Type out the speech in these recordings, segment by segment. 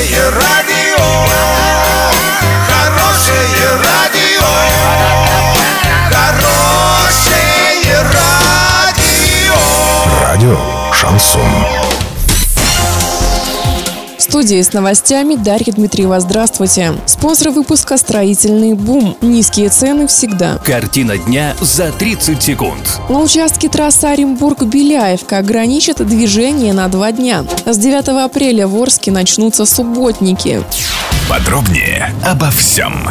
Хорошее радио, хорошее радио, хорошее радио. Радио «Шансон». В студии с новостями Дарья Дмитриева. Здравствуйте. Спонсор выпуска «Строительный бум». Низкие цены всегда. Картина дня за 30 секунд. На участке трассы Оренбург-Беляевка ограничат движение на 2 дня. С 9 апреля в Орске начнутся субботники. Подробнее обо всем.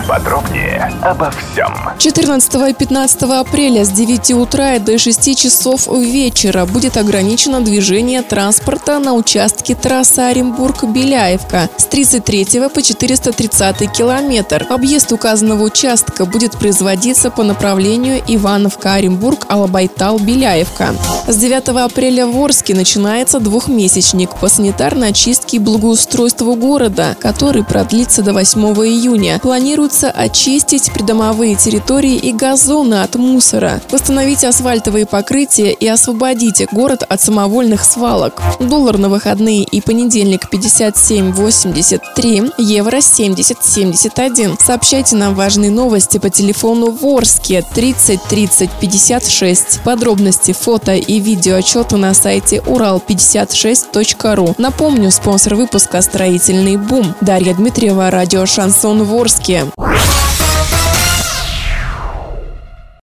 14 и 15 апреля с 9 утра и до 6 часов вечера будет ограничено движение транспорта на участке трассы Оренбург-Беляевка с 33 по 430 километр. Объезд указанного участка будет производиться по направлению Ивановка-Оренбург, Алабайтал-Беляевка. С 9 апреля в Орске начинается двухмесячник по санитарной очистке и благоустройству города, который продлится до 8 июня. Планируется очистить придомовые территории и газоны от мусора, восстановить асфальтовые покрытия и освободить город от самовольных свалок. Доллар на выходные и понедельник 57.83, евро 70.71. Сообщайте нам важные новости по телефону в Орске 30 30 56. Подробности, фото и видеоотчеты на сайте урал56.ру. Напомню, спонсор выпуска «Строительный бум». Дарья Дмитриева, радио «Шансон» в Орске.